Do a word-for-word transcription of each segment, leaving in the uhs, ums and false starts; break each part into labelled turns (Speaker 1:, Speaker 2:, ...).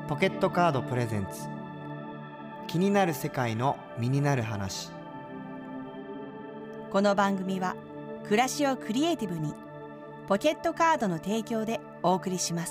Speaker 1: ポケットカードプレゼンツ、気になる世界の身になる話。
Speaker 2: この番組は暮らしをクリエイティブにポケットカードの提供でお送りします。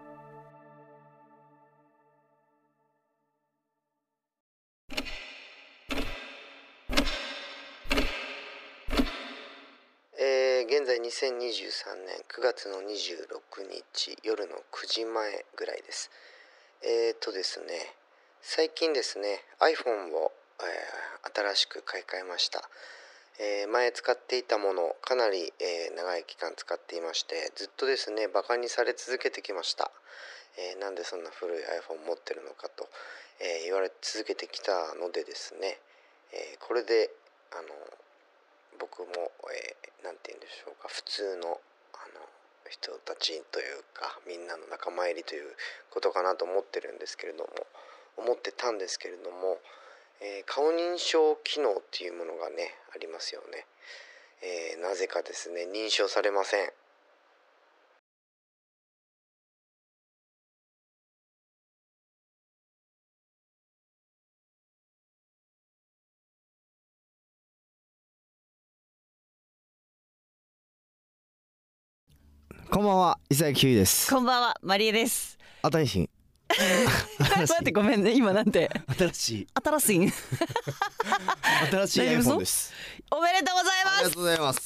Speaker 3: えー、現在にせんにじゅうさんねんくがつのにじゅうろくにち夜のくじまえぐらいです。えーとですね最近ですね iPhone を、えー、新しく買い替えました。えー、前使っていたものをかなり、えー、長い期間使っていまして、ずっとですねバカにされ続けてきました。えー、なんでそんな古い iPhone 持ってるのかと、えー、言われ続けてきたのでですね、えー、これであの僕も、えー、なんて言うんでしょうか、普通のあの人たちというかみんなの仲間入りということかなと思ってるんですけれども思ってたんですけれども、えー、顔認証機能っていうものがねありますよね。えー、なぜかですね認証されません。
Speaker 1: こんばんは、伊佐木優です。
Speaker 2: こんばんは、マリエです。
Speaker 1: 新しい
Speaker 2: 待って、ごめんね、今なんて
Speaker 1: 新しい
Speaker 2: 新しい
Speaker 1: 新しい iPhone です。
Speaker 2: おめでとうございます。
Speaker 1: ありがとうございます。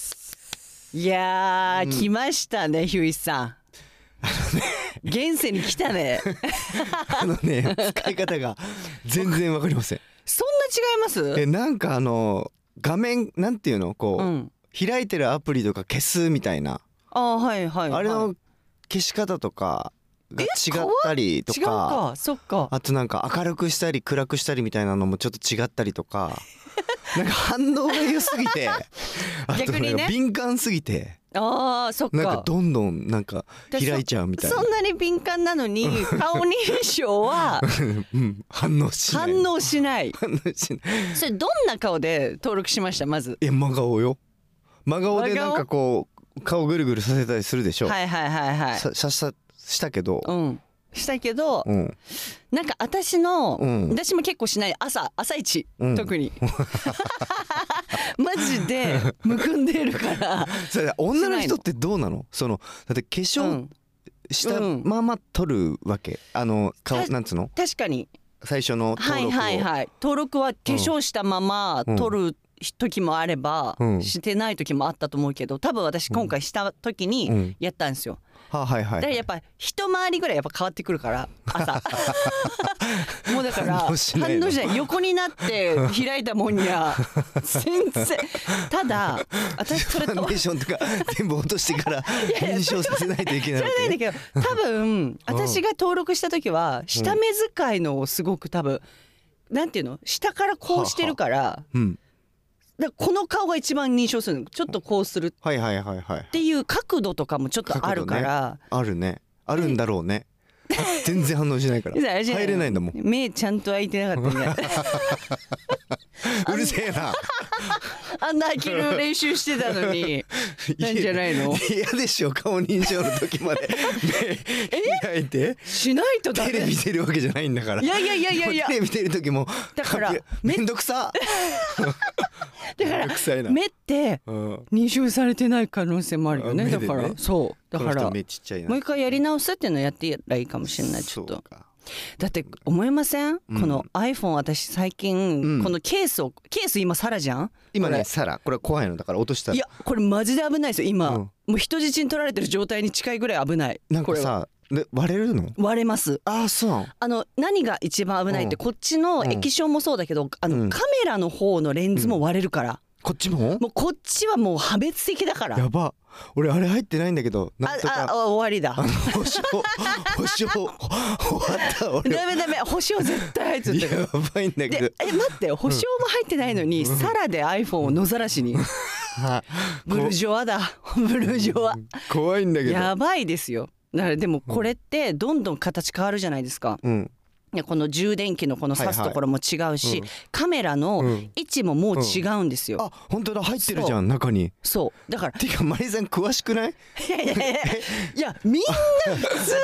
Speaker 2: いやー、うん、来ましたね、ヒューイさん。
Speaker 1: あのね
Speaker 2: 現世に来たね
Speaker 1: あのね使い方が全然わかりません。
Speaker 2: そんな違います？
Speaker 1: えなんかあの画面なんていうのこう、うん、開いてるアプリとか消すみたいな、
Speaker 2: あ、はいはい、はい、
Speaker 1: あれの消し方とかが違ったりとか、
Speaker 2: 違うか、そっか。
Speaker 1: あとなんか明るくしたり暗くしたりみたいなのもちょっと違ったりとかなんか反応が良すぎてあとなんか敏感すぎて、
Speaker 2: あー、そっか、
Speaker 1: なんかどんどんなんか開いちゃうみたいな。
Speaker 2: そ, そんなに敏感なのに顔認証は、
Speaker 1: うん、反応しない
Speaker 2: 反応しない
Speaker 1: 反応しない。
Speaker 2: それどんな顔で登録しました？まず
Speaker 1: え真顔よ。真顔でなんかこう顔ぐるぐるさせたりするでしょ。
Speaker 2: はいはいはいはい。
Speaker 1: ささしたしたけど、
Speaker 2: うんしたけど、うん、なんか私の、うん、私も結構しない、朝朝一、うん、特にマジでむくんでるから
Speaker 1: それ女の人ってどうなの？そのだって化粧したまま撮るわけ、あの顔なんつうの？
Speaker 2: 確かに
Speaker 1: 最初の登録を、
Speaker 2: はいはいはい、登録は化粧したまま撮る時もあれば、うん、してない時もあったと思うけど、多分私今回した時にやったんですよ。
Speaker 1: はあ、はいはいはい、
Speaker 2: だからやっぱ一回りぐらいやっぱ変わってくるから朝もうだから反応しない横になって開いたもんには全然ただ私それと
Speaker 1: ファンデーションとか全部落としてから認証させないといけないわけ。
Speaker 2: それないんだけど、多分私が登録した時は下目遣いのをすごく多分なんていうの下からこうしてるから、はあはあ、うんだからこの顔が一番認証するの。ちょっとこうする
Speaker 1: はいはいはいはい
Speaker 2: っていう角度とかもちょっとあるから、
Speaker 1: ね、あるねあるんだろうね全然反応しないから入れないんだもん。
Speaker 2: 目ちゃんと開いてなかったね
Speaker 1: うるせえな
Speaker 2: あんな開ける練習してたのになんじゃないの？
Speaker 1: 嫌でしょ顔認証の時まで目開いて
Speaker 2: しないとダメ。
Speaker 1: テレビ出るわけじゃないんだから。
Speaker 2: いやいやいやいやいや
Speaker 1: テレビ出る時も
Speaker 2: だから
Speaker 1: めんどくさ
Speaker 2: だから目って認証されてない可能性もあるよね。だからそうだからもう一回やり直すっていうのをやってらいいかもしれない。ちょっとだって思いません、うん、この iPhone 私最近、うん、このケースをケース今サラじゃん
Speaker 1: 今ね。サラこれ怖いのだから落としたら、
Speaker 2: いやこれマジで危ないですよ今、うん、もう人質に取られてる状態に近いぐらい危ない。
Speaker 1: なんかさで割れるの？
Speaker 2: 割れます。
Speaker 1: ああそう
Speaker 2: あの何が一番危ないって、うん、こっちの液晶もそうだけど、あの、うん、カメラの方のレンズも割れるから、
Speaker 1: こっちも？も
Speaker 2: うこっちはもう破滅的だから。
Speaker 1: やば。俺あれ入ってないんだけど。なんとか
Speaker 2: ああ終わりだ。
Speaker 1: あの保証保証終わった俺。
Speaker 2: ダメダメ保証絶対入ってる。
Speaker 1: やばいんだけど。
Speaker 2: え待って保証も入ってないのに、うん、サラで iPhone を野ざらしに。ブルジョアだブルジョア。
Speaker 1: 怖いんだけど。
Speaker 2: やばいですよ。だからでもこれってどんどん形変わるじゃないですか。うん。この充電器のこの挿すところも違うし、はいはい、カメラの位置ももう違うんですよ、うんうん、
Speaker 1: あ本当だ入ってるじゃん中に。
Speaker 2: そうだから
Speaker 1: てかマリさん詳しくない？
Speaker 2: いやいやいやいやみんな普通だって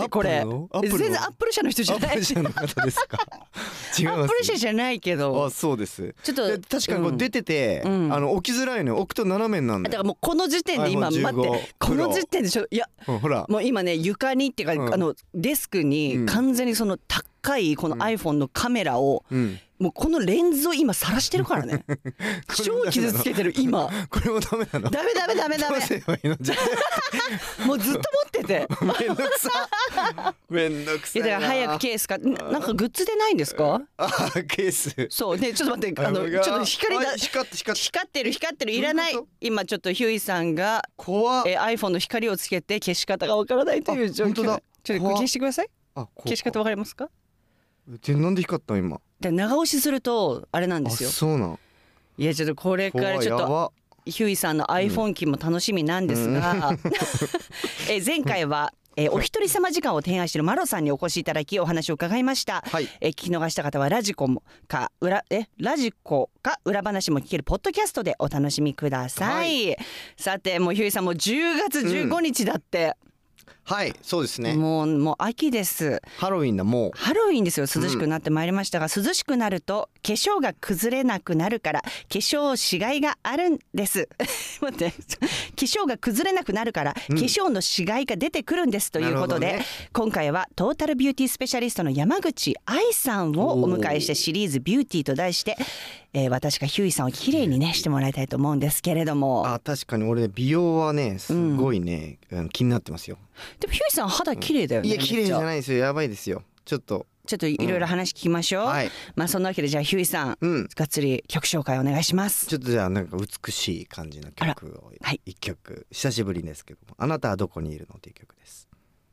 Speaker 2: ねこれ。全然アップル社の人じゃない。
Speaker 1: アップル社の方ですか。違います。
Speaker 2: アップル社じゃないけど。
Speaker 1: あ、そうです。
Speaker 2: ちょっと
Speaker 1: 確かにこう出てて、うん、あの置きづらいの、置くと斜めになるんだ。
Speaker 2: だからもうこの時点で今待って、この時点でちょいや、うん、ほらもう今ね床にっていうか、うん、あのデスクに完全にその高いこの iPhone のカメラを、うんうんもうこのレンズを今晒してるからね。超傷つけてる今。
Speaker 1: これもダメなの。
Speaker 2: ダメダメダメダメ。もうずっと持ってて。
Speaker 1: めんどくさ。めんどくさい。
Speaker 2: いやだから早くケースか、なんかグッズでないんですか？
Speaker 1: あ、ケース。
Speaker 2: そうね、ちょっと待って、あのちょっと光が
Speaker 1: 光って光って
Speaker 2: 光ってる光ってるいらない。今ちょっとヒューイさんが
Speaker 1: 怖
Speaker 2: え iPhone の光をつけて消し方がわからないという状況。本当だ。ちょっと消してください。消し方わかりますか？
Speaker 1: なんで光ったの今。
Speaker 2: で長押しするとあれなんですよ。
Speaker 1: そうなん。
Speaker 2: いやちょっとこれからちょっとヒューイさんの iPhone 機も楽しみなんですが、うん、え前回はえお一人様時間を提案しているマロさんにお越しいただきお話を伺いました、はい、え聞き逃した方はラジコか裏えラジコか裏話も聞けるポッドキャストでお楽しみください、はい、さてもうヒューイさんもじゅうがつじゅうごにちだって、うん
Speaker 1: はい、そうですね。
Speaker 2: もうもう秋です。
Speaker 1: ハロウィンだもう。
Speaker 2: ハロウィンですよ。涼しくなってまいりましたが、うん、涼しくなると化粧が崩れなくなるから化粧しがいがあるんです。待って、化粧が崩れなくなるから、うん、化粧のしがいが出てくるんですということで、ね、今回はトータルビューティースペシャリストの山口愛さんをお迎えしてシリーズビューティーと題して。えー、私がヒューイさんをきれいにねしてもらいたいと思うんですけれども、
Speaker 1: あ確かに俺ね美容はねすごいね、うん、気になってますよ。
Speaker 2: でもヒューイさん肌綺麗だよね。
Speaker 1: いや綺麗じゃないですよ、やばいですよ。ちょっと
Speaker 2: ちょっといろいろ話聞きましょう、うんはい、まあそんなわけでじゃあヒューイさん、うん、がっつり曲紹介お願いします。
Speaker 1: ちょっとじゃあなんか美しい感じの曲を一曲、はい、久しぶりですけども、あなたはどこにいるのという曲です。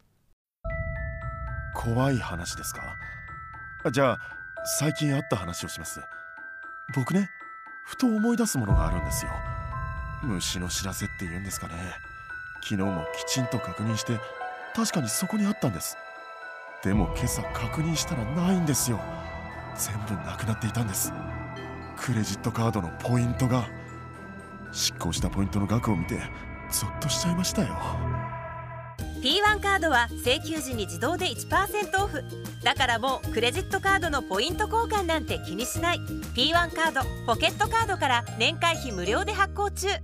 Speaker 4: 怖い話ですか？じゃあ最近あった話をします。僕ね、ふと思い出すものがあるんですよ。虫の知らせっていうんですかね。昨日もきちんと確認して確かにそこにあったんです。でも今朝確認したらないんですよ。全部なくなっていたんです。クレジットカードのポイントが。失効したポイントの額を見てゾッとしちゃいましたよ。
Speaker 5: ピーワン カードは請求時に自動で いちパーセント オフだからもうクレジットカードのポイント交換なんて気にしない。 ピーワン カードポケットカードから年会費無料で発行中。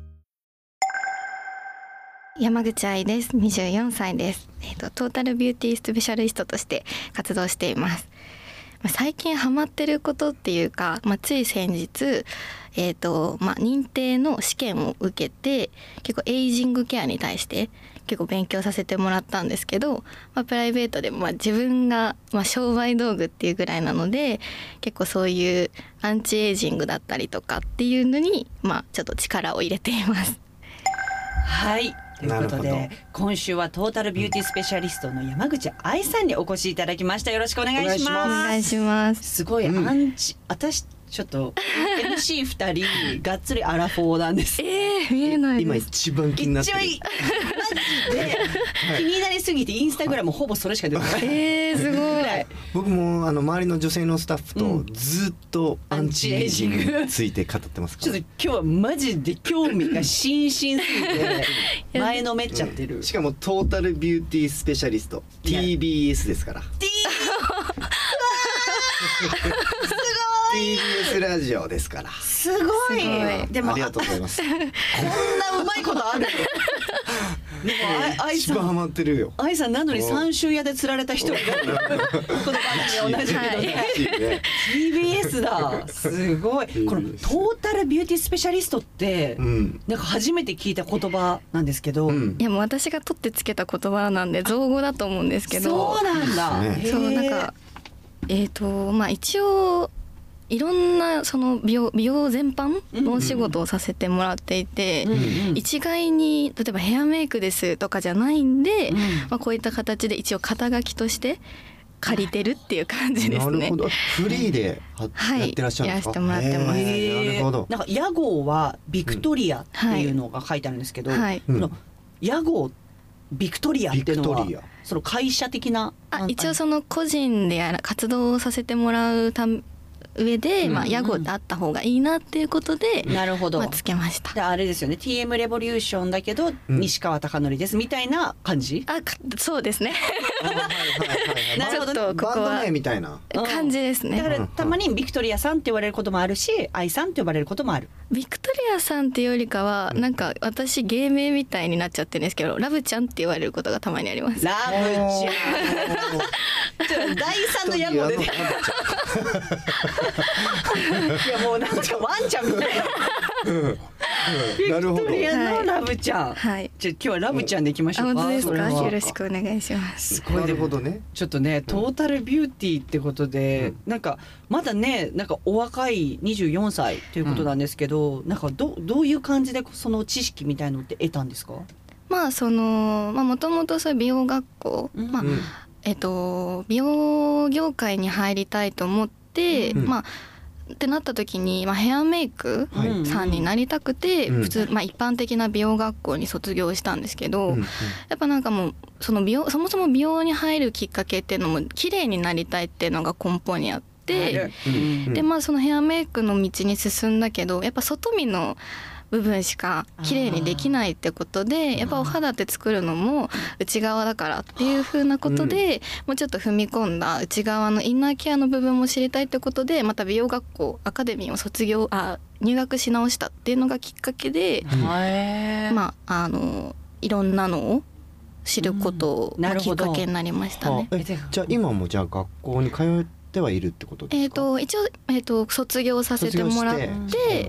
Speaker 6: 山口愛です。にじゅうよんさいです。えーと、トータルビューティースペシャリストとして活動しています。まあ、最近ハマってることっていうか、まあ、つい先日えーとまあ、認定の試験を受けて結構エイジングケアに対して結構勉強させてもらったんですけど、まあ、プライベートでもまあ自分がまあ商売道具っていうぐらいなので結構そういうアンチエイジングだったりとかっていうのにまあちょっと力を入れています。
Speaker 2: はいということで今週はトータルビューティースペシャリストの山口愛さんにお越しいただきました。よろしくお願いします。
Speaker 6: お願いします。
Speaker 2: すごいアンチ、うん、私ちょっと エムシーふたりがっつりアラフォーなんです。
Speaker 6: えー、見えないです。
Speaker 1: 今一番気になってる。
Speaker 2: 一番マジで気になりすぎてインスタグラムほぼそれしか出てない。
Speaker 6: えー、すごい。
Speaker 1: 僕もあの周りの女性のスタッフとずっとアンチエイジングについて語ってますから。
Speaker 2: ちょっと今日はマジで興味が津々すぎて前のめっちゃってる、
Speaker 1: うん、しかもトータルビューティースペシャリスト ティービーエス ですから。
Speaker 2: ティ
Speaker 1: ティービーエス ラジオですから。
Speaker 2: すごい。すごい。
Speaker 1: でもありがとうございます。こんな
Speaker 2: うまいことある。でも愛さん一
Speaker 1: 番ハマってるよ。
Speaker 2: 愛さんなのに三州屋で釣られた人がこの番組同じけどね。ティービーエス だ。すごい。このトータルビューティースペシャリストって、うん、なんか初めて聞いた言葉なんですけど、うん、
Speaker 6: いやもう私が取ってつけた言葉なんで造語だと思うんですけど。
Speaker 2: そうなんだ。
Speaker 6: ね、そうなんかえっとまあ一応。いろんなその美容、美容全般のお仕事をさせてもらっていて、うんうん、一概に例えばヘアメイクですとかじゃないんで、うんまあ、こういった形で一応肩書きとして借りてるっていう感じですね。
Speaker 1: なるほど。フリーでやってらっしゃるんですか？はい、やらせてもらってます。
Speaker 2: なるほど。なんか屋号はビクトリアっていうのが書いてあるんですけど、はい、この屋号ビクトリアっていうのはその会社的な
Speaker 6: あ一応その個人でやら活動をさせてもらうため上で、まあ、屋号であった方がいいなっていうことで、
Speaker 2: なるほど、
Speaker 6: まあ、つけました。
Speaker 2: であれですよね、 ティーエム レボリューションだけど、うん、西川貴教ですみたいな感じ。
Speaker 6: あ、そうですね。
Speaker 2: なるほど、
Speaker 6: ちょっとここは
Speaker 1: バンド名みたいな
Speaker 6: 感じですね。
Speaker 2: だからたまにビクトリアさんって言われることもあるし、愛さんって呼ばれることもある。
Speaker 6: ビクトリアさんっていうよりかは、なんか私芸名みたいになっちゃってるんですけど、ラブちゃんって言われることがたまにあります。
Speaker 2: ラブちゃん第三の屋号でね。いやもうなんかワンちゃんみたいな。ビクトリアのラブちゃん。はい。じゃあ今日はラブちゃんでいきましょうか。
Speaker 6: 本当ですか。よろしくお願いします。
Speaker 2: すごい。
Speaker 1: なるほどね。
Speaker 2: ちょっとね、トータルビューティーってことで、なんかまだね、なんかお若いにじゅうよんさいということなんですけど、なんかどどういう感じでその知識みたいのって得たんですか？
Speaker 6: まあそのまあもともとそういう美容学校、まあえっと美容業界に入りたいと思って、まあってなった時に、まあ、ヘアメイクさんになりたくて、うん、普通、まあ、一般的な美容学校に卒業したんですけど、うん、やっぱなんかもうその美容そもそも美容に入るきっかけっていうのも綺麗になりたいっていうのが根本にあって、うん、でまあそのヘアメイクの道に進んだけど、やっぱ外見の部分しか綺麗にできないってことで、やっぱお肌って作るのも内側だからっていう風なことで、うん、もうちょっと踏み込んだ内側のインナーケアの部分も知りたいってことで、また美容学校アカデミーを卒業あ入学し直したっていうのがきっかけで、うん、まああのいろんなのを知ることがきっかけになりましたね。
Speaker 1: うん、えじゃあ今もじゃあ学校に通ってではいるってことですか？
Speaker 6: えーと、一応、えーと、卒業させてもらって、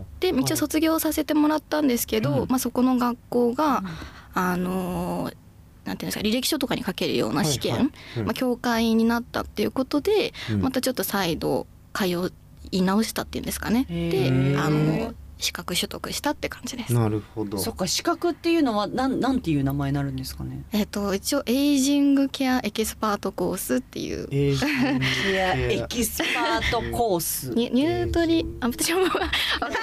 Speaker 6: で一応卒業させてもらったんですけど、うん、まあ、そこの学校が、うん、あのー、なんていうんですか、履歴書とかに書けるような試験、はいはい、うん、まあ、教会員になったっていうことで、うん、またちょっと再度通い直したっていうんですかね。で、あの資格取得したって感じです。
Speaker 1: なるほど。
Speaker 2: そっか、資格っていうのはなんなんていう名前になるんですかね。
Speaker 6: えっと一応エイジングケアエキスパートコースっていう
Speaker 2: エイジングケアエキスパートコース
Speaker 6: ニュートリあ私も分かってない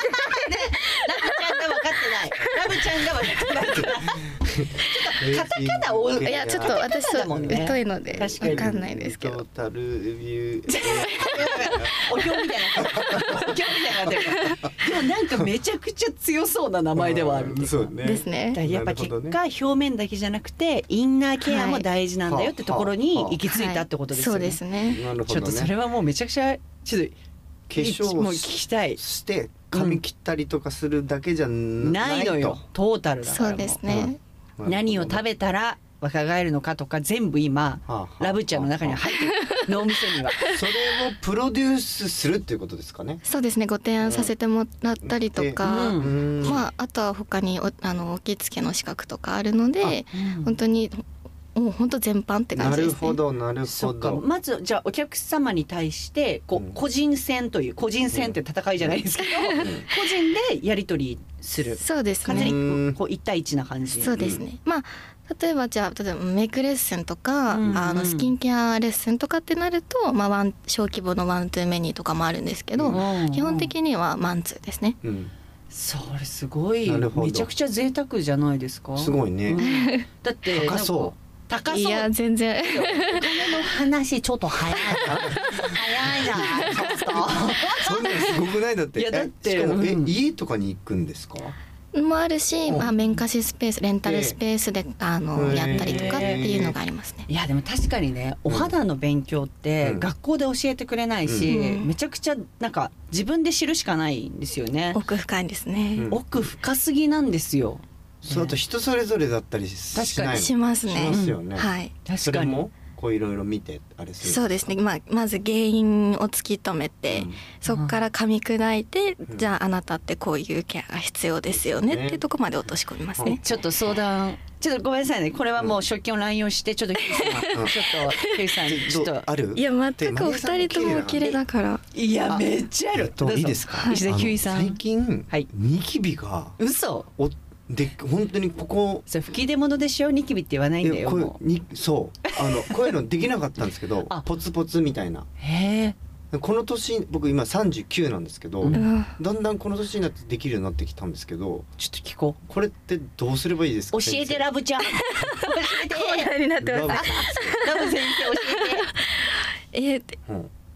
Speaker 2: ラブちゃんが分かってないラブちゃんが分かってないちょっとカタカナ多い。
Speaker 6: いやちょっと私そう疎いので分かんないですけど。
Speaker 1: トータルビュー
Speaker 2: お経みたいなお経みたいなでもなんかめちゃくちゃ強そうな名前ではある。
Speaker 1: そうね。
Speaker 6: ですね。
Speaker 2: やっぱ結果表面だけじゃなくてインナーケアも大事なんだよってところに行き着いたってことですよね。
Speaker 6: そうですね。
Speaker 2: ちょっとそれはもうめちゃくちゃちょっと
Speaker 1: 化粧を聞きたいして髪切ったりとかするだけじゃない
Speaker 2: のよ。トータルだから。
Speaker 6: そうですね。
Speaker 2: 何を食べたら若返るのかとか全部今、はあはあ、ラブちゃんの中に入ってる脳みそには
Speaker 1: それをプロデュースするっていうことですかね。
Speaker 6: そうですね、ご提案させてもらったりとか、うん、まあ、あとは他におあの受付の資格とかあるので、うん、本当にもう本当全般って感じですね。
Speaker 1: なるほどなるほど。
Speaker 2: まずじゃあお客様に対してこう、うん、個人戦という個人戦って戦いじゃないですけど、うん、個人でやり取りする。
Speaker 6: そうですね。
Speaker 2: 完全にこう一対一な感じ。
Speaker 6: そうですね。うん、まあ例えばじゃあ例えばメイクレッスンとか、うんうん、あのスキンケアレッスンとかってなると、まあ、ワン小規模のワンツーメニューとかもあるんですけど、うん、基本的にはマンツーですね。うん、
Speaker 2: それすごいめちゃくちゃ贅沢じゃないですか。
Speaker 1: すごいね。うん、
Speaker 2: だって
Speaker 1: 高そう。
Speaker 2: 高そう。
Speaker 6: いや全然。
Speaker 2: お金の話ちょっと早い早いな。ちょっと。
Speaker 1: そんなすごくないだって。
Speaker 2: いやだって
Speaker 1: しかもえ、
Speaker 2: うん、
Speaker 1: 家とかに行くんですか。
Speaker 6: もあるし、まあ、面貸しスペースレンタルスペースであのやったりとかっていうのがありますね。
Speaker 2: いやでも確かにね、お肌の勉強って学校で教えてくれないし、うん、めちゃくちゃなんか自分で知るしかないんですよね。
Speaker 6: 奥深いですね、
Speaker 2: うん、奥深すぎなんですよ。
Speaker 1: そう、あと人それぞれだったりしないの。
Speaker 6: 確かにしますね。
Speaker 1: しますよね、
Speaker 6: うん、はい。
Speaker 2: 確かに。
Speaker 1: それもこういろいろ見てあれする。
Speaker 6: そうですね、まあ、まず原因を突き止めて、うん、そこから噛み砕いて、うん、じゃああなたってこういうケアが必要ですよね、うん、っていうところまで落とし込みますね、うん、
Speaker 2: ちょっと相談ちょっとごめんなさいね、これはもう食器を乱用してちょっとキュウさん、うん、ちょっとキュウさんちょっと
Speaker 1: ある。
Speaker 6: いや全くお二人ともお綺麗だから。
Speaker 2: いやめっちゃある。
Speaker 1: といいですか、
Speaker 2: はい、キュウさん
Speaker 1: 最近、はい、ニキビが
Speaker 2: 嘘
Speaker 1: おで本当にここ
Speaker 2: それ吹き出物でしょ、ニキビって言わないんだよ。もう
Speaker 1: にそうあのこういうのできなかったんですけどポツポツみたいな。
Speaker 2: へえ。
Speaker 1: この年僕今さんじゅうきゅうなんですけど、うん、だんだんこの年になってできるようになってきたんですけど、
Speaker 2: ちょっと聞こう。
Speaker 1: これってどうすればいいですか。
Speaker 2: 教えてラブちゃん教えて
Speaker 6: コーナーになってます。
Speaker 2: ラブ先生教えて。
Speaker 6: えー、うん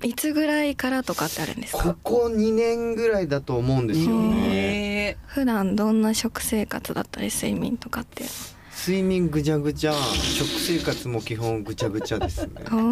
Speaker 6: いつぐらいからとかってあるんですか？
Speaker 1: ここにねんぐらいだと思うんですよね。
Speaker 6: 普段どんな食生活だったり睡眠とかって？
Speaker 1: 睡眠ぐちゃぐちゃ、食生活も基本ぐちゃぐちゃですね。
Speaker 2: ラブ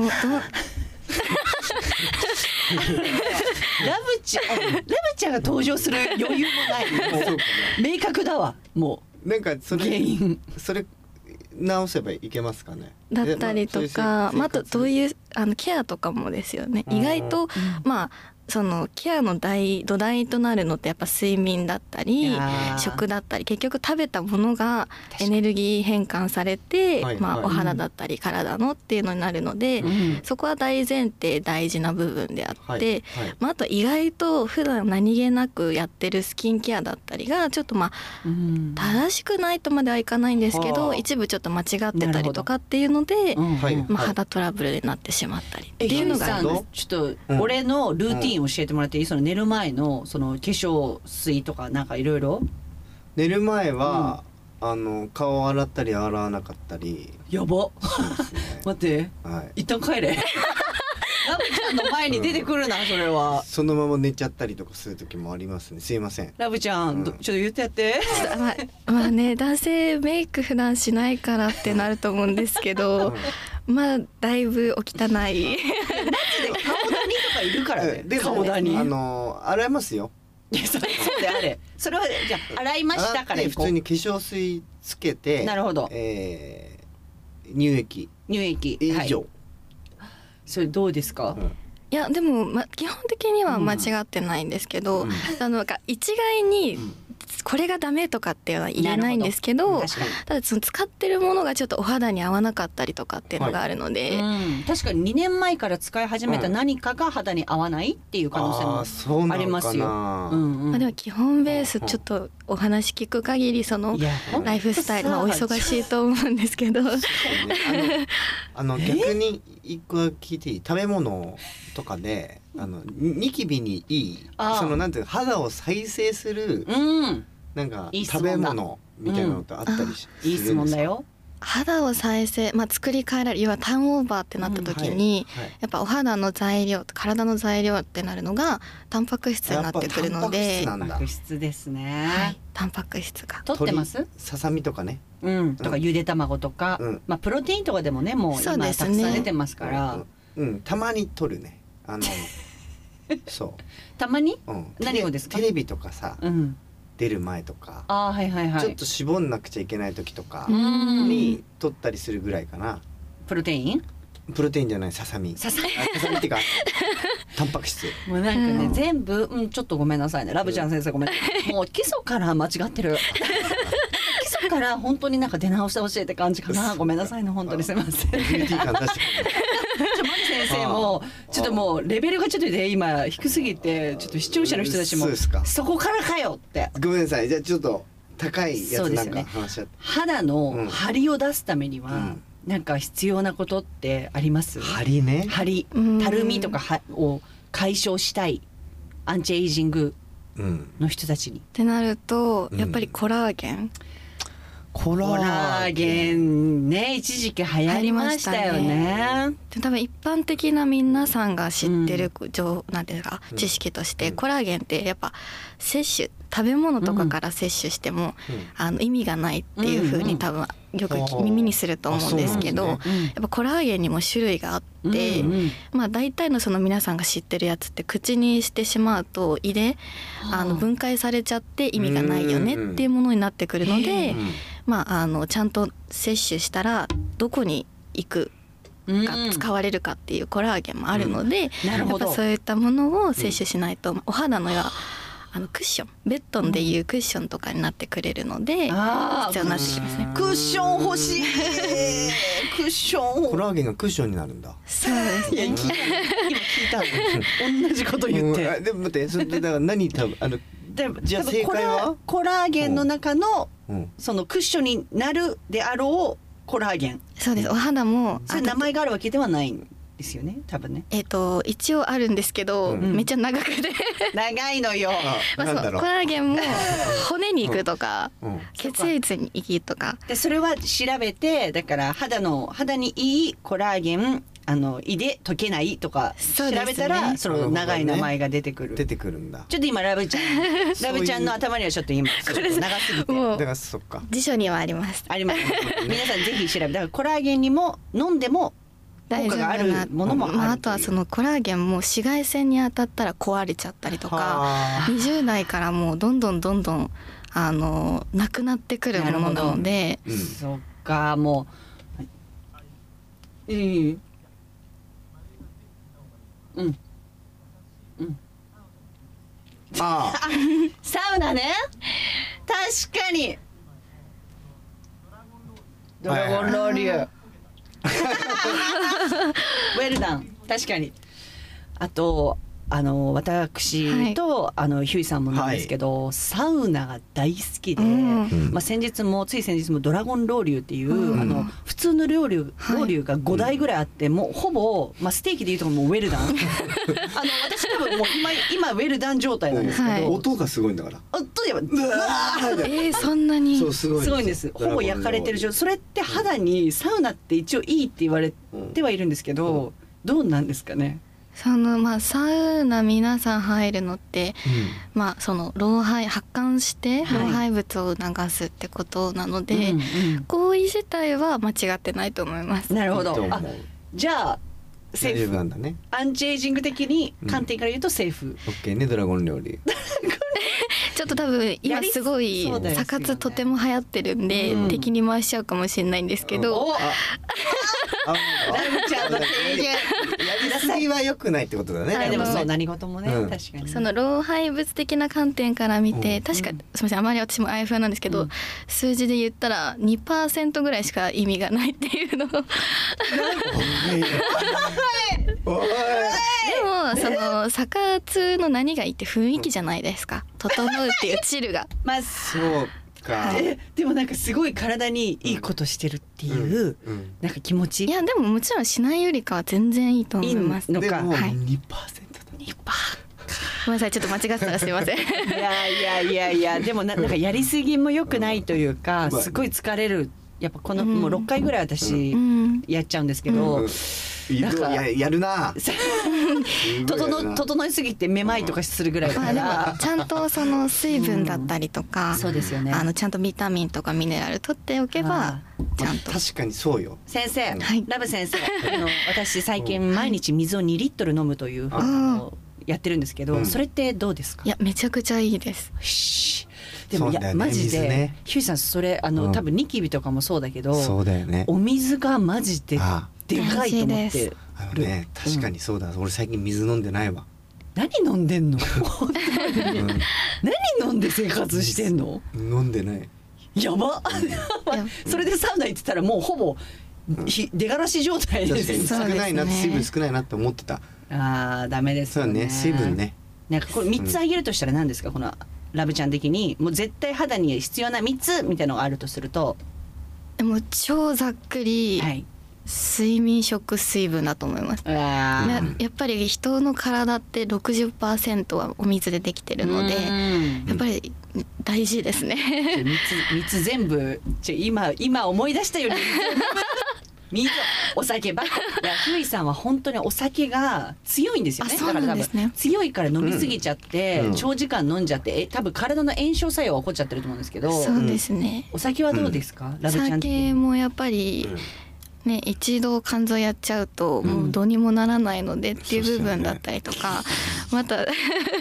Speaker 2: ちゃん、ラブちゃんが登場する余裕もない。明確だわ、も
Speaker 1: う。なんかそれ
Speaker 2: 原因、
Speaker 1: それ直せばいけますかね。
Speaker 6: だったりとか、まあ、あとどういうあのケアとかもですよね。意外と、うん、まあそのケアの大土台となるのってやっぱ睡眠だったり食だったり、結局食べたものがエネルギー変換されて、まあ、お肌だったり体のっていうのになるので、うん、そこは大前提大事な部分であって、はいはい、まあ、あと意外と普段何気なくやってるスキンケアだったりがちょっとまあ、うん、正しくないとまではいかないんですけど、うん、一部ちょっと間違ってたりとかっていうので、うん、まあ、肌トラブルになってしまったりっていうのがあります。
Speaker 2: ちょっと俺のルーティン教えてもらっていい？その寝る前のその化粧水とかなんかいろいろ。
Speaker 1: 寝る前は、うん、あの顔を洗ったり洗わなかったり。
Speaker 2: やば。ね、待って、はい、一旦帰れ。ラブちゃんの前に出てくるな、それは。
Speaker 1: そのまま寝ちゃったりとかする時もありますね。すいません。
Speaker 2: ラブちゃん、うん、ちょっと言ってやって。
Speaker 6: まあ、まあね、男性メイク普段しないからってなると思うんですけど。うん、まあだいぶお汚い。マジで顔ダニと
Speaker 2: かいるからね。で顔ダニ。
Speaker 1: あの洗いますよ。
Speaker 2: いや、それそうであれ。それはじゃあ洗いましたから
Speaker 1: 普通に化粧水つけて。
Speaker 2: なるほど。
Speaker 1: えー、乳液。
Speaker 2: 乳液。
Speaker 1: 以上。はい、
Speaker 2: それどうですか？うん、
Speaker 6: いやでも、ま、基本的には間違ってないんですけど、うん、あのなんか一概にこれがダメとかっていうのは言えないんですけど、どただその使ってるものがちょっとお肌に合わなかったりとかっていうのがあるので、
Speaker 2: はい、うん、確かににねんまえから使い始めた何かが肌に合わないっていう可能性もありますよ。
Speaker 6: うんうん、まあ、でも基本ベースちょっとお話聞く限りそのライフスタイルはお忙しいと思うんですけど、あの
Speaker 1: あの逆に一個聞いていい？食べ物とかであのニキビにいいそのなんていう肌を再生する、うん、なんか食べ物みたいなのってあったりし、
Speaker 2: うん、いい質問だよ。
Speaker 6: 肌を再生、まあ、作り変えられる、要はターンオーバーってなった時に、うん、はいはい、やっぱお肌の材料体の材料ってなるのがタンパク質になってくるので、
Speaker 2: タンパク質ですね、
Speaker 6: はい、タンパク質が
Speaker 2: 取ってます？
Speaker 1: ささみとかね、
Speaker 2: うん、とかゆで卵とか、うん、まあ、プロテインとかでもねもう今たくさん出てますから、
Speaker 1: うん、うん、たまに取るね、あのそう
Speaker 2: たまに、
Speaker 1: うん、
Speaker 2: 何をですか？
Speaker 1: テレビとかさ、うん、出る前とか、
Speaker 2: あ、はいはいはい、
Speaker 1: ちょっと絞んなくちゃいけない時とかに取ったりするぐらいかな。
Speaker 2: プロテイン？
Speaker 1: プロテインじゃない、ささみ。
Speaker 2: ささみ。
Speaker 1: ささみっていうかタンパク質。
Speaker 2: もうなんかね、うん、全部、うん、ちょっとごめんなさいね、ラブちゃん先生ごめん。もう基礎から間違ってる。基礎から本当になんか出直してほしいって感じかな。ごめんなさいね、本当にすみません。ビューティー感出して。ちょマリ先生もちょっともうレベルがちょっとで今低すぎて、ちょっと視聴者の人たちも そ, そこからかよって。
Speaker 1: ごめんなさい、じゃあちょっと高いやつなんか話し合って、ね、
Speaker 2: 肌の張りを出すためには、うん、なんか必要なことってあります？
Speaker 1: 張りね。
Speaker 2: 張り、たるみとかはを解消したいアンチエイジングの人たちに、うん、
Speaker 6: ってなるとやっぱりコラーゲン、うん、
Speaker 2: コラーゲンね、一時期流行りましたよね。
Speaker 6: 多分一般的な皆さんが知ってる情、うん、なんていうか知識として、うん、コラーゲンってやっぱ摂取食べ物とかから摂取しても、うん、あの意味がないっていう風に多分よく耳にすると思うんですけど、やっぱコラーゲンにも種類があって、うんうん、まあ大体のその皆さんが知ってるやつって口にしてしまうと胃であの分解されちゃって意味がないよねっていうものになってくるので、まああのちゃんと摂取したらどこに行くが使われるかっていうコラーゲンもあるので、うん、やっぱそういったものを摂取しないと、うん、お肌のやあのクッションベッドでいうクッションとかになってくれるので、うん、必要になってきますね。
Speaker 2: クッション欲しい。クッション。
Speaker 1: コラーゲンがクッションになるんだ。
Speaker 6: そうですね。
Speaker 2: 今聞いたの。同じこと言って。
Speaker 1: うん、でも待って、それだから何多分あのじゃあ正解は
Speaker 2: コラーゲンの中の、うん、そのクッションになるであろうコラーゲン。
Speaker 6: そうです。お肌も
Speaker 2: それ名前があるわけではないんですよね、多分ね。
Speaker 6: えっと一応あるんですけど、うん、めっちゃ長くて
Speaker 2: 長いのよ。
Speaker 6: まあ、そうコラーゲンも骨に行くとか、うんうん、血液に行くとか。
Speaker 2: でそれは調べて、だから肌の肌にいいコラーゲンあの胃で溶けないとか調べたら そ,、ね、その長い名前が出てくる、
Speaker 1: 出てくるんだ。
Speaker 2: ちょっと今ラブちゃんラブちゃんの頭にはちょっと今ちょっと長すぎて
Speaker 6: もう
Speaker 1: だからそっか
Speaker 6: 辞書にはあります
Speaker 2: あります皆さんぜひ調べ、だからコラーゲンにも飲んでも効果があるものもある、
Speaker 6: まあ、あとはそのコラーゲンも紫外線に当たったら壊れちゃったりとか、にじゅう代からもうどんどんどんどんあのなくなってくるものなので、
Speaker 2: うん、そっかもういいうんうん
Speaker 1: ああ
Speaker 2: サウナね確かにドラゴンロウリュウウェルダン確かに。あとあの私と、はい、あのヒューイさんもなんですけど、はい、サウナが大好きで、うんまあ、先日もつい先日もドラゴンロウリュウっていう、うん、あの普通のロウリュウ、ロウリュウがごだいぐらいあって、もうほぼ、まあ、ステーキでいうともうウェルダンあの私多分もう 今, 今ウェルダン状態なんですけど、はい、
Speaker 1: 音がすごいんだから
Speaker 2: 音ではう
Speaker 6: わえー、そんなに
Speaker 1: そうすごい
Speaker 2: す, すごいんです。ほぼ焼かれてる状態。それって肌にサウナって一応いいって言われてはいるんですけど、うん、どうなんですかね。
Speaker 6: そのまあサウナ皆さん入るのって、うん、まあその老廃発汗して老廃物を流すってことなので、はいうんうん、行為自体は間違ってないと思います。
Speaker 2: なるほど。あじゃあセーフ
Speaker 1: なんだね。
Speaker 2: アンチエイジング的に観点から言うとセーフ。
Speaker 1: うん、オッケーねドラゴン料理。
Speaker 6: ちょっと多分今すごいサ活とても流行ってるんで、うん、敵に回しちゃうかもしれないんですけど、ラ
Speaker 2: ブちゃんの提言
Speaker 1: やりすぎは良くないってことだね。
Speaker 2: はい、でもそう何事もね、うん、確かに
Speaker 6: その老廃物的な観点から見て、うん、確か、うん、すみませんあまり私もあやふやなんですけど、うん、数字で言ったら にパーセント ぐらいしか意味がないっていうのをでもそのサ活の何がいいって雰囲気じゃないですか。整うっていうチルが
Speaker 2: まあそうか。えでもなんかすごい体にいいことしてるっていう、うんうん、なんか気持ち。
Speaker 6: いやでももちろんしないよりかは全然いいと思います。
Speaker 2: いいのか。
Speaker 1: でも にパーセント だ、
Speaker 2: はい、にパーセント
Speaker 6: ごめんなさいちょっと間違ってたらすいませんい
Speaker 2: やいやいやいやでも な, なんかやりすぎも良くないというか、すごい疲れる。やっぱこの、うん、もうろっかいぐらい私やっちゃうんですけど、うんうん
Speaker 1: なんか や, やるな
Speaker 2: 整, 整いすぎてめまいとかするぐらいだから、
Speaker 6: まあ、でもちゃんとその水分だったりとか、
Speaker 2: うん、そうですよね。
Speaker 6: あのちゃんとビタミンとかミネラル取っておけばちゃんと、
Speaker 1: まあ、確かにそうよ
Speaker 2: 先生、はい、ラブ先生あの私最近毎日水をにリットル飲むという、あのやってるんですけど、うん、それってどうですか。
Speaker 6: いやめちゃくちゃいいです。
Speaker 2: しでも、ね、いやマジで、ね、ヒューイさんそれあの、うん、多分ニキビとかもそうだけど、
Speaker 1: そうだよね、
Speaker 2: お水がマジででかいと思ってる。
Speaker 1: あのね、確かにそうだ、うん、俺最近水飲んでないわ。
Speaker 2: 何飲んでんのうん、何飲んで生活してんの。
Speaker 1: 飲んでない。
Speaker 2: やばそれでサウナ行ってたらもうほぼ、うん、出がらし状態ですよ。
Speaker 1: 少ないなって、水分少ないなって思ってた。
Speaker 2: あーダメですよね。
Speaker 1: そうね、水分ね。
Speaker 2: なんかこれみっつあげるとしたら何ですか、うん、このラブちゃん的にもう絶対肌に必要なみっつみたいなのがあるとすると。
Speaker 6: もう超ざっくり、はい、睡眠食水分だと思います。や, やっぱり人の体って ろくじゅっパーセント はお水でできてるので、やっぱり大事ですね。
Speaker 2: みっつ全部ちょ 今, 今思い出したように水お酒ばっか。いやヒューイさんは本当にお酒が強いんですよね。
Speaker 6: そうなんですね。
Speaker 2: だから多分強いから飲みすぎちゃって、うん、長時間飲んじゃってえ多分体の炎症作用が起こっちゃってると思うんですけど。
Speaker 6: そうですね。
Speaker 2: お酒はどうですか、うん、ラブちゃん。
Speaker 6: 酒もやっぱり、うんね、一度肝臓やっちゃうともうどうにもならないのでっていう部分だったりとか、うん、また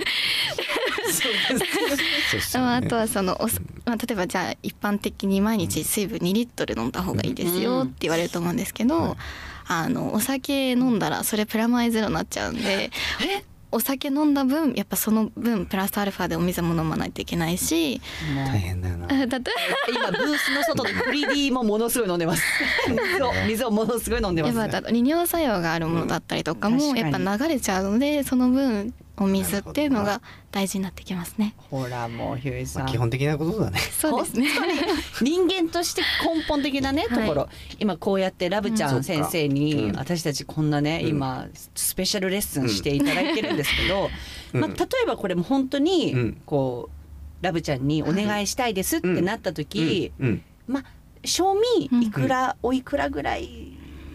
Speaker 6: あとはそのお、まあ、例えばじゃあ一般的に毎日水分にリットル飲んだ方がいいですよって言われると思うんですけど、うん、あのお酒飲んだらそれプラマイゼロになっちゃうんで、お酒飲んだ分やっぱその分プラスアルファでお水も飲まないといけないし、
Speaker 1: 大変だよな。だって
Speaker 2: 今ブースの外でフリディもものすごい飲んでます水を水をものすごい飲んでます、ね、
Speaker 6: やっぱ利尿作用があるものだったりとかもやっぱ流れちゃうので、その分お水っていうのが大事になってきますね。
Speaker 2: ほらもうヒューイさん、
Speaker 1: まあ、基本的なことだね。
Speaker 6: そうですね
Speaker 2: 人間として根本的なねところ、はい、今こうやってラブちゃん先生に私たちこんなね、うん、今スペシャルレッスンしていただいてるんですけど、うんまあ、例えばこれも本当にこうラブちゃんにお願いしたいですってなった時、うんうんうん、まあ賞味いくら、うん、おいくらぐらい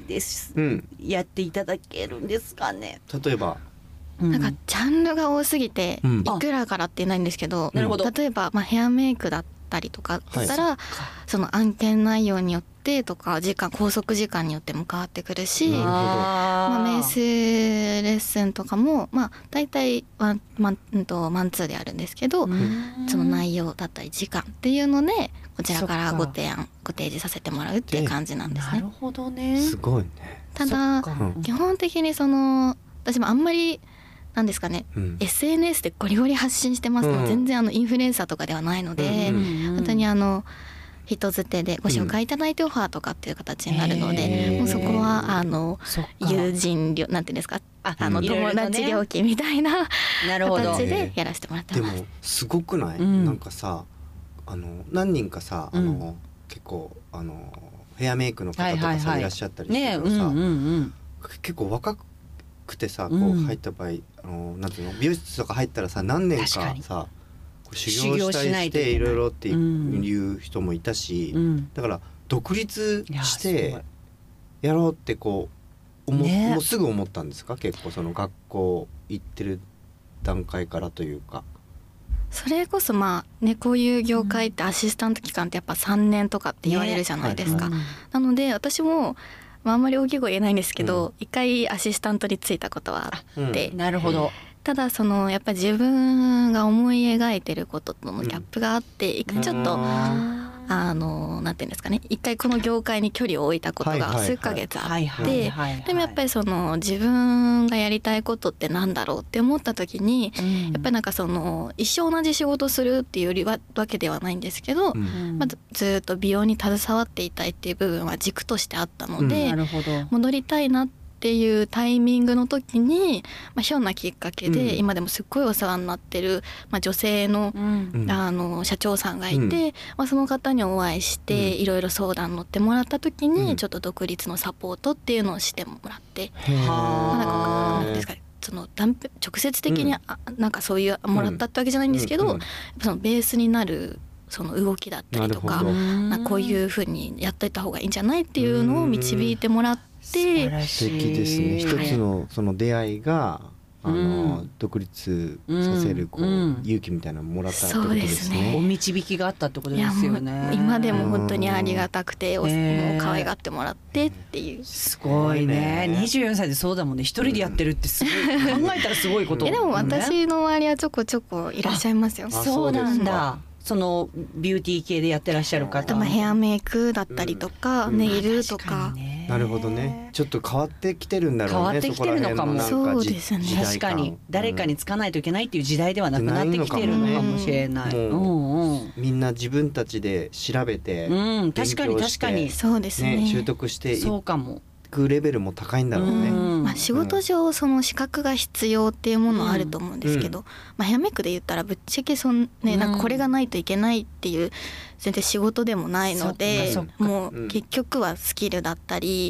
Speaker 2: です、うん、やっていただけるんですかね。
Speaker 1: 例えば
Speaker 6: なんかジャンルが多すぎて、うん、いくらからってないんですけど、うん、例えば、まあ、ヘアメイクだったりとかだったら、はい、その案件内容によってとか時間拘束時間によっても変わってくるし、まあ、メイスレッスンとかも、まあ、大体ワンマン、うんと、マンツーであるんですけど、その内容だったり時間っていうのでこちらからご提案ご提示させてもらうっていう感じなんですね。
Speaker 2: なるほどね。
Speaker 1: すごいね。
Speaker 6: ただ基本的にその私もあんまりなんですかね、うん、エスエヌエス でゴリゴリ発信してますの、うん、全然あのインフルエンサーとかではないので、うんうん、本当にあの人づてでご紹介いただいてオファーとかっていう形になるので、うん、もうそこはあの友人料なんていうんですか、ああの友達料金みたいな形でやらせてもらってます。
Speaker 1: でもすごくない、うん、なんかさあの何人かさあの、うん、結構あのヘアメイクの方とかさ、はいはいはい、いらっしゃったりしてるからさ、ねうんうんうん、結構若くてさこう入った場合、うん、あのなんていうの美容室とか入ったらさ何年かさこう修行したりしていろいろっていう人もいたし、うん、だから独立してやろうってこう思、ね、もうすぐ思ったんですか？結構その学校行ってる段階からというか。
Speaker 6: それこそまあねこういう業界ってアシスタント期間ってやっぱさんねんとかって言われるじゃないですか、ねはいはい、なので私もまあ、あんまり大きい声言えないんですけど、うん、一回アシスタントに就いたことはあって、
Speaker 2: うん、なるほど。
Speaker 6: ただそのやっぱり自分が思い描いてることとのギャップがあって、一回ちょっと、うん、あのなんていうんですかね、一回この業界に距離を置いたことが数ヶ月あって、でもやっぱりその自分がやりたいことってなんだろうって思った時に、うん、やっぱりなんかその一生同じ仕事するっていうよりはわけではないんですけど、うん、まあ、ずっと美容に携わっていたいっていう部分は軸としてあったので、うん、戻りたいなってっていうタイミングの時に、まあ、ひょんなきっかけで、うん、今でもすっごいお世話になってる、まあ、女性の、うん、あの社長さんがいて、うん、まあ、その方にお会いしていろいろ相談乗ってもらった時に、うん、ちょっと独立のサポートっていうのをしてもらって、まあ、なんかなんですかその直接的に、うん、なんかそういうもらったってわけじゃないんですけど、うんうん、そのベースになるその動きだったりとか、なこういうふうにやっといた方がいいんじゃないっていうのを導いてもらって、素
Speaker 1: 敵ですね。一つのその出会いがあの、うん、独立させるこう、うん、勇気みたいなのもらったってことですね。
Speaker 2: お導きがあったってことですよね。
Speaker 6: 今でも本当にありがたくて、もう可愛がってもらってっていう。
Speaker 2: すごいね。にじゅうよんさいでそうだもんね。一人でやってるってすごい、うん、考えたらすごいこと、
Speaker 6: ね。でも私の周りはちょこちょこいらっしゃいますよ。
Speaker 2: そうなんだ。そのビューティー系でやってらっしゃる方、
Speaker 6: ヘアメイクだったりとか、うん、ネイルとか、
Speaker 1: ね、なるほどね。ちょっと変わってきてるんだろうね。
Speaker 2: 変わってきてるのかも。
Speaker 6: そうですね。
Speaker 2: 確かに誰かにつかないといけないっていう時代ではなくなってきてるのかもしれない。うん
Speaker 1: うん、みんな自分たちで調べて、
Speaker 2: うん、確かに確かに
Speaker 6: そうですね。
Speaker 1: 習得して
Speaker 2: そうかも。
Speaker 1: レベルも高いんだろうね。
Speaker 6: うん、まあ、仕事上その資格が必要っていうものはあると思うんですけど、うん、まあ、ヘアメイクで言ったらぶっちゃけそん、ね、なんかこれがないといけないっていう全然仕事でもないので、もう結局はスキルだったり、うん、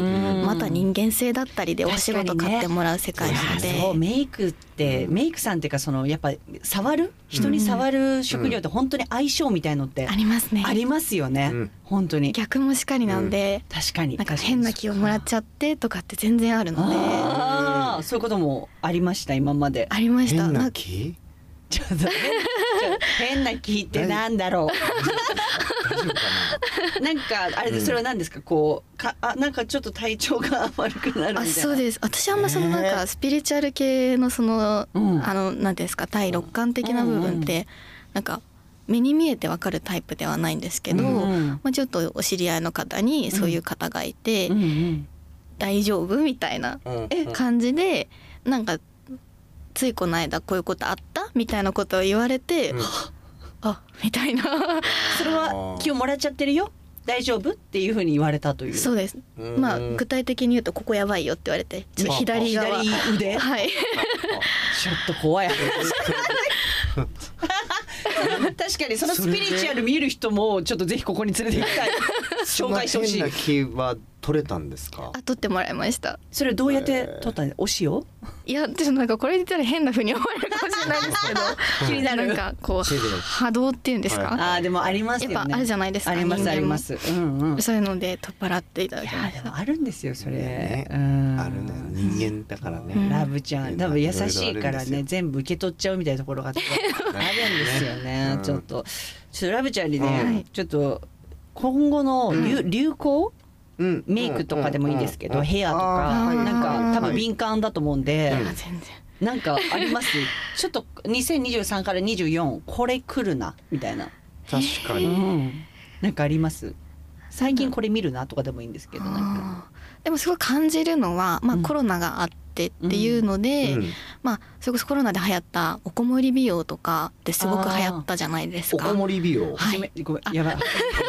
Speaker 6: また人間性だったりでお仕事買ってもらう世界なので、
Speaker 2: ね、そうメイクってメイクさんっていうかそのやっぱ触る人に触る職業って本当に相性みたいのって
Speaker 6: ありますね。
Speaker 2: ありますよね、うん、本当に
Speaker 6: 逆もしかりなんで、
Speaker 2: うん、確かに
Speaker 6: なんか変な気をもらっちゃってとかって全然あるので、
Speaker 2: あ、そういうこともありました今まで。
Speaker 6: ありました。
Speaker 1: 変な気？
Speaker 2: ちょっと変な気ってなんだろう。大丈夫かな。なんかあれでそれは何ですか、こうかあなんかちょっと体調が悪くなるみたいな。あ、
Speaker 6: そうです。私はあんまそのなんかスピリチュアル系のその、うん、あのなんていうんですか第六感的な部分って、うんうん、なんか目に見えてわかるタイプではないんですけど、うんうん、まあ、ちょっとお知り合いの方にそういう方がいて、うんうんうん、大丈夫みたいな感じで、なんかついこの間こういうことあったみたいなことを言われて、うん、あみたいな
Speaker 2: それは気をもらっちゃってるよ大丈夫っていうふうに言われたという。
Speaker 6: そうです。まあ具体的に言うとここやばいよって言われて、ちょっと左側
Speaker 2: 左腕
Speaker 6: はい
Speaker 2: ちょっと怖い確かにそのスピリチュアル見る人もちょっとぜひここに連れて行きたい紹介してほしい。
Speaker 1: 変な気は取れたんですか？
Speaker 6: あ、取ってもらいました。
Speaker 2: それどうやって取ったんですか？お塩
Speaker 6: いやでもなんかこれ言ったら変な風に思われるかもしれないですけど気になるなんかこう波動っていうんですか、はい、
Speaker 2: あでもありますよね。
Speaker 6: やっぱあるじゃないですか。
Speaker 2: ありますあります、うんうん、
Speaker 6: そういうので取っ払っていただきました。いやでも
Speaker 2: あるんですよそれ、ね
Speaker 1: うん、あるね人間だからね、うん、
Speaker 2: ラブちゃん多分優しいからね全部受け取っちゃうみたいなところがあるんですよね、うん、ちょっとちょっとラブちゃんにね、うん、ちょっと今後の流、うん、流行うん、メイクとかでもいいですけど、うん、ヘアとかなんか多分敏感だと思うんで、はい、なんかありますちょっとにせんにじゅうさんからにじゅうよんこれ来るなみたいな。
Speaker 1: 確かに、うん、
Speaker 2: なんかあります最近これ見るなとかでもいいんですけど、なんか
Speaker 6: でもすごい感じるのは、まあ、コロナがあってっていうので、うんうん、まあそれこそコロナで流行ったおこもり美容とかってすごく流行ったじゃないですか。
Speaker 1: おこもり美容、
Speaker 6: はい、
Speaker 2: ごめんやばい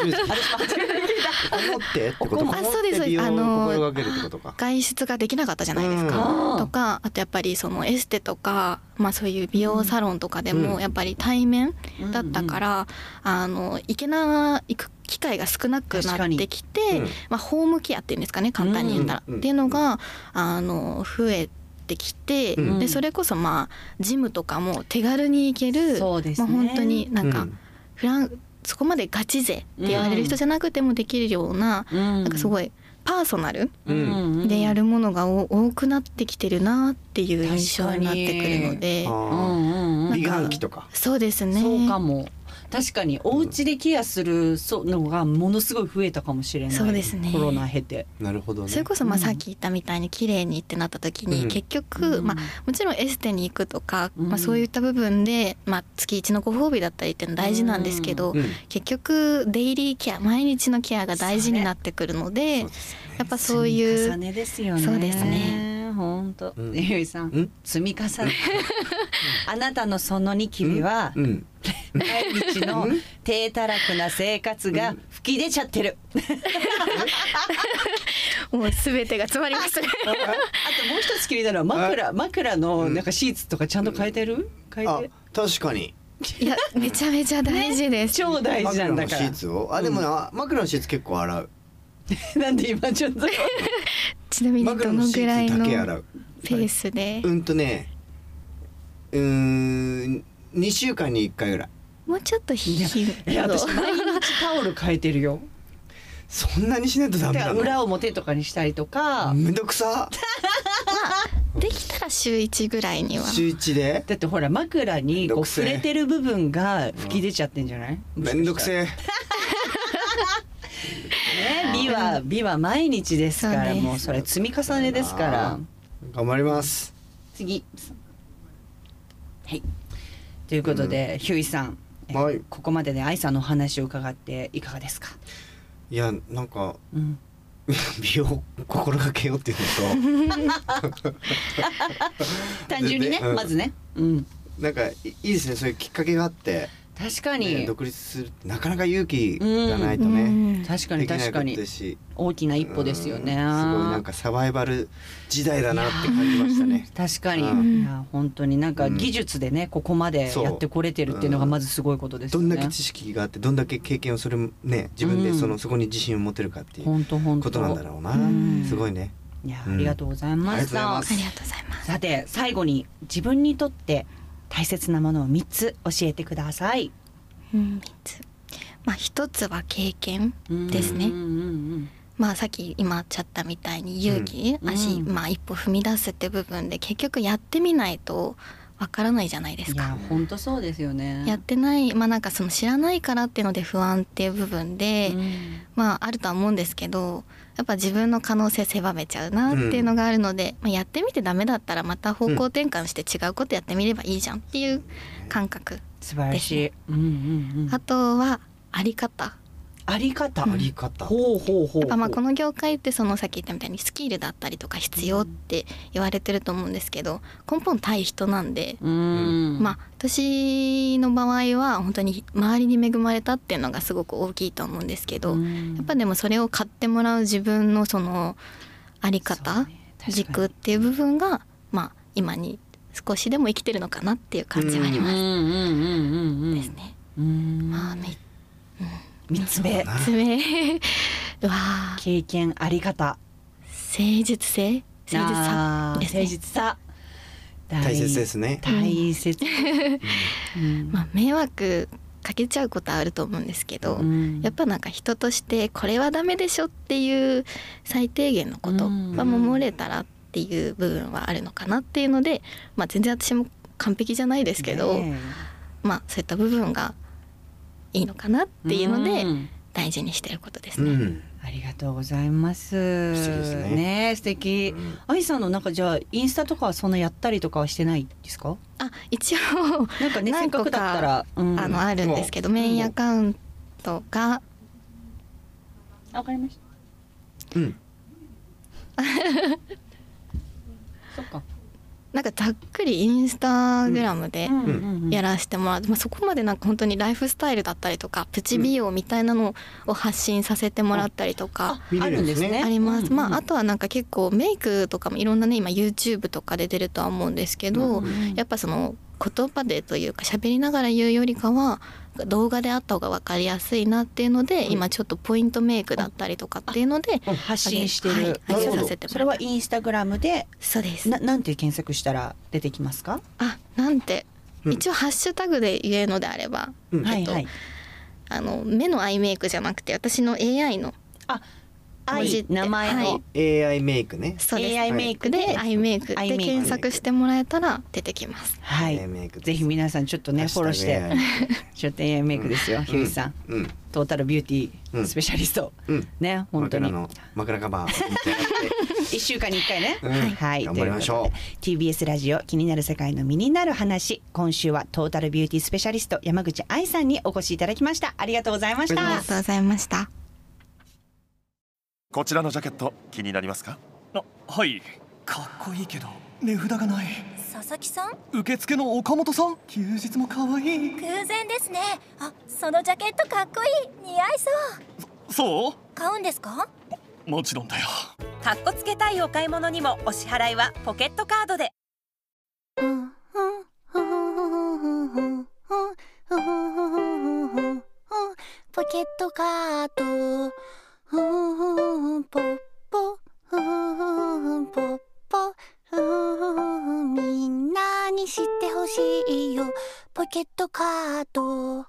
Speaker 1: 思ってってことか。
Speaker 6: あそうです。あ
Speaker 1: の
Speaker 6: 外出ができなかったじゃないですか、うん、とかあとやっぱりそのエステとか、まあ、そういう美容サロンとかでもやっぱり対面だったから、うんうん、あの行けな行く機会が少なくなってきて、うんまあ、ホームケアっていうんですかね簡単に言ったら、うんうん、っていうのがあの増えてきて、うん、でそれこそまあジムとかも手軽に行ける、
Speaker 2: そうですね、
Speaker 6: まあ、本当になんか、うん、フランそこまでガチ勢って言われる人じゃなくてもできるような、うん、なんかすごいパーソナルでやるものが多くなってきてるなっていう印象になってくるので、
Speaker 1: 美顔器とか
Speaker 6: そうですね。
Speaker 2: そうかも。確かにお家でケアするのがものすごい増えたかもしれない。
Speaker 6: そうですね。
Speaker 2: コロナ経て。
Speaker 1: なるほどね。
Speaker 6: それこそまあさっき言ったみたいに綺麗にってなった時に、うん、結局、まあもちろんエステに行くとか、うん、まあそういった部分でまあ月一のご褒美だったりっていうの大事なんですけど、うん、結局デイリーケア毎日のケアが大事になってくるので、やっぱそういう
Speaker 2: 積み重ねですよね。
Speaker 6: そうですね。
Speaker 2: 本当、うん、ゆいさん、ん積み重ねあなたのそのニキビは、うん、毎日の低たらくな生活が吹き出ちゃってる
Speaker 6: もうすべてが詰まりますね
Speaker 2: あともう一つ気になるのは枕枕のなんかシーツとかちゃんと変えてる？変えて。
Speaker 1: あ、確かに。
Speaker 6: いやめちゃめちゃ大事です、
Speaker 2: ね、超大事なんだから。
Speaker 1: 枕のシーツをあでも、うん、枕のシーツ結構洗う
Speaker 2: なんで今ちょっと
Speaker 6: ちなみにどのぐらいのペースで？
Speaker 1: うんとねうーんにしゅうかんにいっかいぐらい。
Speaker 6: もうちょっとひ
Speaker 2: いや私毎日タオル変えてるよ
Speaker 1: そんなにしないとダメなの？
Speaker 2: 裏表とかにしたりとか。
Speaker 1: めんどくさ
Speaker 6: まあできたら週いちぐらいには。
Speaker 1: 週いちで？
Speaker 2: だってほら枕にこう触れてる部分が吹き出ちゃってんじゃない？
Speaker 1: めんどくせえ
Speaker 2: ね、美は美は毎日ですから、もうそれ積み重ねですから。
Speaker 1: 頑張ります。
Speaker 2: 次。はい。ということで、うん、ヒュイさん、はい、ここまでで愛さんのお話を伺っていかがですか？
Speaker 1: いやなんか、うん、美容を心がけようっていうのと
Speaker 2: 単純にね、うん、まずね、うん、
Speaker 1: なんかいいですね、そういうきっかけがあって。
Speaker 2: 確かに、
Speaker 1: ね、独立するってなかなか勇気がないとね、うん、
Speaker 2: 確かに確かに大きな一歩ですよね。すごい
Speaker 1: なんかサバイバル時代だなって感じましたね。
Speaker 2: 確かに、うん、いや本当になんか技術でね、うん、ここまでやってこれてるっていうのがまずすごいことですよね。
Speaker 1: どんだけ知識があってどんだけ経験をするね、自分でその、うん、そこに自信を持てるかっていうことなんだろうな。すごいね。
Speaker 2: いや、ありがとうございました。
Speaker 6: ありがとうございます。
Speaker 2: さて最後に自分にとって大切なものをみっつ教えてください。
Speaker 6: うん、みっつ、まあひとつは経験ですね。まあさっき今ちゃったみたいに勇気、うん、足、まあ一歩踏み出すって部分で結局やってみないとわからないじゃないですか。
Speaker 2: いや本当そうですよね。
Speaker 6: やってない、まあなんかその知らないからっていうので不安っていう部分で、うん、まああるとは思うんですけど、やっぱ自分の可能性狭めちゃうなっていうのがあるので、うん、まあ、やってみてダメだったらまた方向転換して違うことやってみればいいじゃんっていう感覚ですね。
Speaker 2: 素晴らしい。うんうんうん、
Speaker 6: あとはあり方。
Speaker 2: あり方、
Speaker 1: うん、あり方。
Speaker 2: ほうほうほうほう。
Speaker 6: やっぱまあこの業界ってそのさっき言ったみたいにスキルだったりとか必要って言われてると思うんですけど、根本対人なんで、うん、まあ私の場合は本当に周りに恵まれたっていうのがすごく大きいと思うんですけど、うん、やっぱでもそれを買ってもらう自分のそのあり方、ね、軸っていう部分がまあ今に少しでも生きてるのかなっていう感じはあります。ですね。まあめ、うん
Speaker 2: みっつめ。
Speaker 6: みっつめうわ
Speaker 2: 経験、あり方、
Speaker 6: 誠実性、誠実さですね。
Speaker 2: 誠実さ。
Speaker 1: 大切ですね。
Speaker 2: 大切、
Speaker 6: うん、まあ迷惑かけちゃうことはあると思うんですけど、うん、やっぱなんか人としてこれはダメでしょっていう最低限のことは守れたらっていう部分はあるのかなっていうので、まあ、全然私も完璧じゃないですけど、ね、まあそういった部分がいいのかなっていうので大事にしてることですね、うん、
Speaker 2: ありがとうございます。素敵ですね。ね、素敵。あいさんのなんかじゃあインスタとかはそんなやったりとかはしてないですか？
Speaker 6: あ、一応
Speaker 2: なんかね、せっかくだったら、
Speaker 6: うん、あのあるんですけど、メインアカウントが、
Speaker 2: わかりました。うん。そっか。
Speaker 6: なんかざっくりインスタグラムでやらせてもらって、まあ、そこまでなんか本当にライフスタイルだったりとかプチ美容みたいなのを発信させてもらったりとか、
Speaker 2: うん、あるんですね。
Speaker 6: あります、まあ、あとはなんか結構メイクとかもいろんなね今 YouTube とかで出るとは思うんですけど、うん、やっぱその言葉でというか喋りながら言うよりかは動画であった方が分かりやすいなっていうので、うん、今ちょっとポイントメイクだったりとかっていうので
Speaker 2: 発信してる、はい、
Speaker 6: 発信させてもらって、
Speaker 2: それはインスタグラムで、
Speaker 6: そうです。
Speaker 2: な、なんて検索したら出てきますか？
Speaker 6: あ、なんて、うん、一応ハッシュタグで言えるのであれば、うん、えっと、はいはい、あの目のアイメイクじゃなくて私の エーアイ の文字って
Speaker 2: 名前の、はい、
Speaker 1: エーアイ メイクね。
Speaker 6: そうです。
Speaker 2: エーアイ メイクで
Speaker 6: アイメイクで検索してもらえたら出てきます。
Speaker 2: はい。ぜひ皆さんちょっとねフォローしてちょっと エーアイ メイクですよ、ひゅういさん、うん、トータルビューティースペシャリスト、うん、ね、本当に
Speaker 1: 枕の枕カバー
Speaker 2: いっしゅうかんにいっかいね、
Speaker 1: うん、はい、頑張りましょう。
Speaker 2: ティービーエス ラジオ気になる世界の身になる話、今週はトータルビューティースペシャリスト山口愛さんにお越しいただきました。ありがとうございました。
Speaker 6: ありがとうございました。
Speaker 4: こちらのジャケット気になりますか？
Speaker 7: あ、はい。かっこいいけど値札がない。
Speaker 8: 佐々木さん？
Speaker 7: 受付の岡本さん？休日も可愛い。
Speaker 8: 偶然ですね。あ、そのジャケットかっこいい。似合いそう。
Speaker 7: そ、そう？
Speaker 8: 買うんですか？
Speaker 7: も、もちろんだよ。
Speaker 5: かっこつけたいお買い物にもお支払いはポケットカードで。
Speaker 8: ポケットカードふんポッポふんポッポふん、みんなに知ってほしいよポケットカード。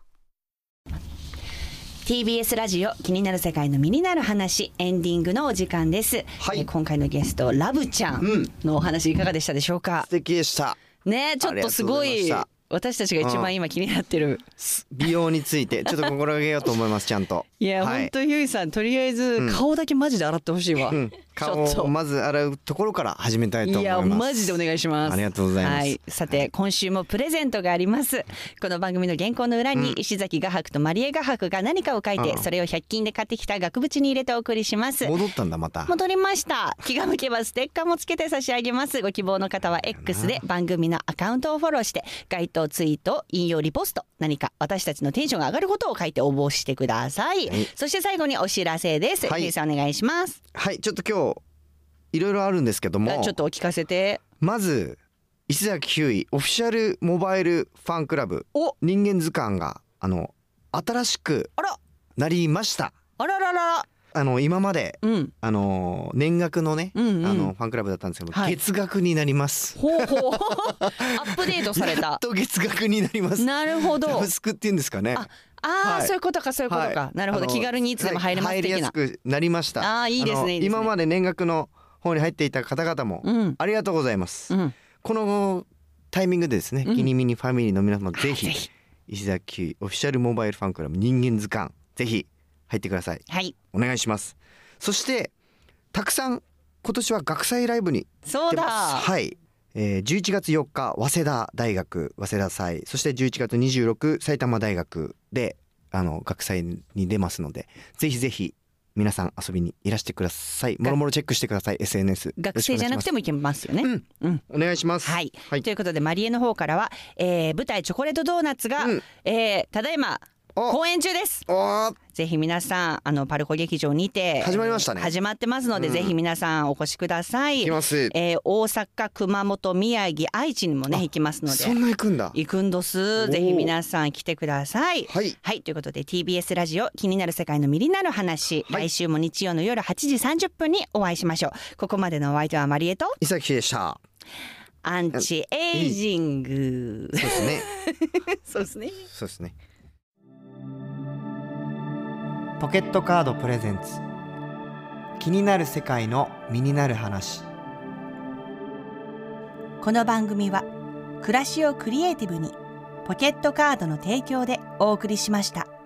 Speaker 2: ティービーエス ラジオ気になる世界の身になる話、エンディングのお時間です、はい、え今回のゲストラブちゃんのお話いかがでしたでしょうか？
Speaker 1: 素敵でした
Speaker 2: ね。ちょっとすごい私たちが一番今気になってる、うん、
Speaker 1: 美容についてちょっと心がけようと思いますちゃんと。
Speaker 2: いや、はい、本当ひゅういさんとりあえず顔だけマジで洗ってほしいわ、うんうん、
Speaker 1: 顔をまず洗うところから始めたいと思います。
Speaker 2: いやマジでお願いします。
Speaker 1: ありがとうございます、はい、
Speaker 2: さて、はい、今週もプレゼントがあります。この番組の原稿の裏に、うん、石崎画伯とマリエ画伯が何かを書いて、それをひゃく均で買ってきた額縁に入れてお送りします。
Speaker 1: 戻ったんだ。また
Speaker 2: 戻りました。気が向けばステッカーもつけて差し上げます。ご希望の方は X で番組のアカウントをフォローして該当ツイート、引用リポスト、何か私たちのテンションが上がることを書いて応募してください、はい、そして最後にお知らせです。ひゅういさんお願いします。
Speaker 1: はい、ちょっと今日いろいろあるんですけども、
Speaker 2: ちょっとお聞かせて。
Speaker 1: まず石崎ひゅういオフィシャルモバイルファンクラブ人間図鑑があの新しくなりました。
Speaker 2: あらららら。
Speaker 1: あの今まで、うん、あの年額のね、うんうん、あのファンクラブだったんですけど、はい、月額になります。
Speaker 2: ほうほうアップデートされた。
Speaker 1: やっと月額になります。
Speaker 2: なるほど。
Speaker 1: サブスクっていうんですかね。
Speaker 2: ああ、はい、そういうことかそういうことか、はい、なるほど。気軽にいつでも入れます的な、
Speaker 1: はい、入りやすくなりました。
Speaker 2: あ、いいですね。いいですね。
Speaker 1: 今まで年額の方に入っていた方々も、うん、ありがとうございます、うん、このタイミングでですね、うん、キニミニファミリーの皆様ぜひ、はい、石崎オフィシャルモバイルファンクラブ人間図鑑ぜひ入ってください、
Speaker 2: はい、
Speaker 1: お願いします。そしてたくさん今年は学祭ライブに出ます。
Speaker 2: そうだ、
Speaker 1: はい、えー、じゅういちがつよっか早稲田大学早稲田祭、そしてじゅういちがつにじゅうろく埼玉大学であの学祭に出ますので、ぜひぜひ皆さん遊びにいらしてください。もろもろチェックしてください。 エスエヌエス
Speaker 2: 学生じゃなくてもいけますよね。うん、
Speaker 1: うん、お願いします。
Speaker 2: はい、はい、ということでマリエの方からは、えー、舞台チョコレートドーナツが、うん、えー、ただいま公演中です。ぜひ皆さんあのパルコ劇場にて
Speaker 1: 始まりましたね。
Speaker 2: 始まってますので、うん、ぜひ皆さんお越しください。
Speaker 1: 行きます、
Speaker 2: えー、大阪、熊本、宮城、愛知にもね行きますので。
Speaker 1: そんな行くんだ。
Speaker 2: 行くんどす。ぜひ皆さん来てください。
Speaker 1: はい、
Speaker 2: はい、ということで ティービーエス ラジオ気になる世界の身になる話、はい、来週も日曜の夜はちじさんじゅっぷんにお会いしましょう。ここまでのお相手はマリエと
Speaker 1: 伊崎でした。
Speaker 2: アンチエイジング。
Speaker 1: そうですね。
Speaker 2: そうですね。
Speaker 1: そうですね。ポケットカードプレゼンツ。気になる世界の身になる話。
Speaker 9: この番組は暮らしをクリエイティブにポケットカードの提供でお送りしました。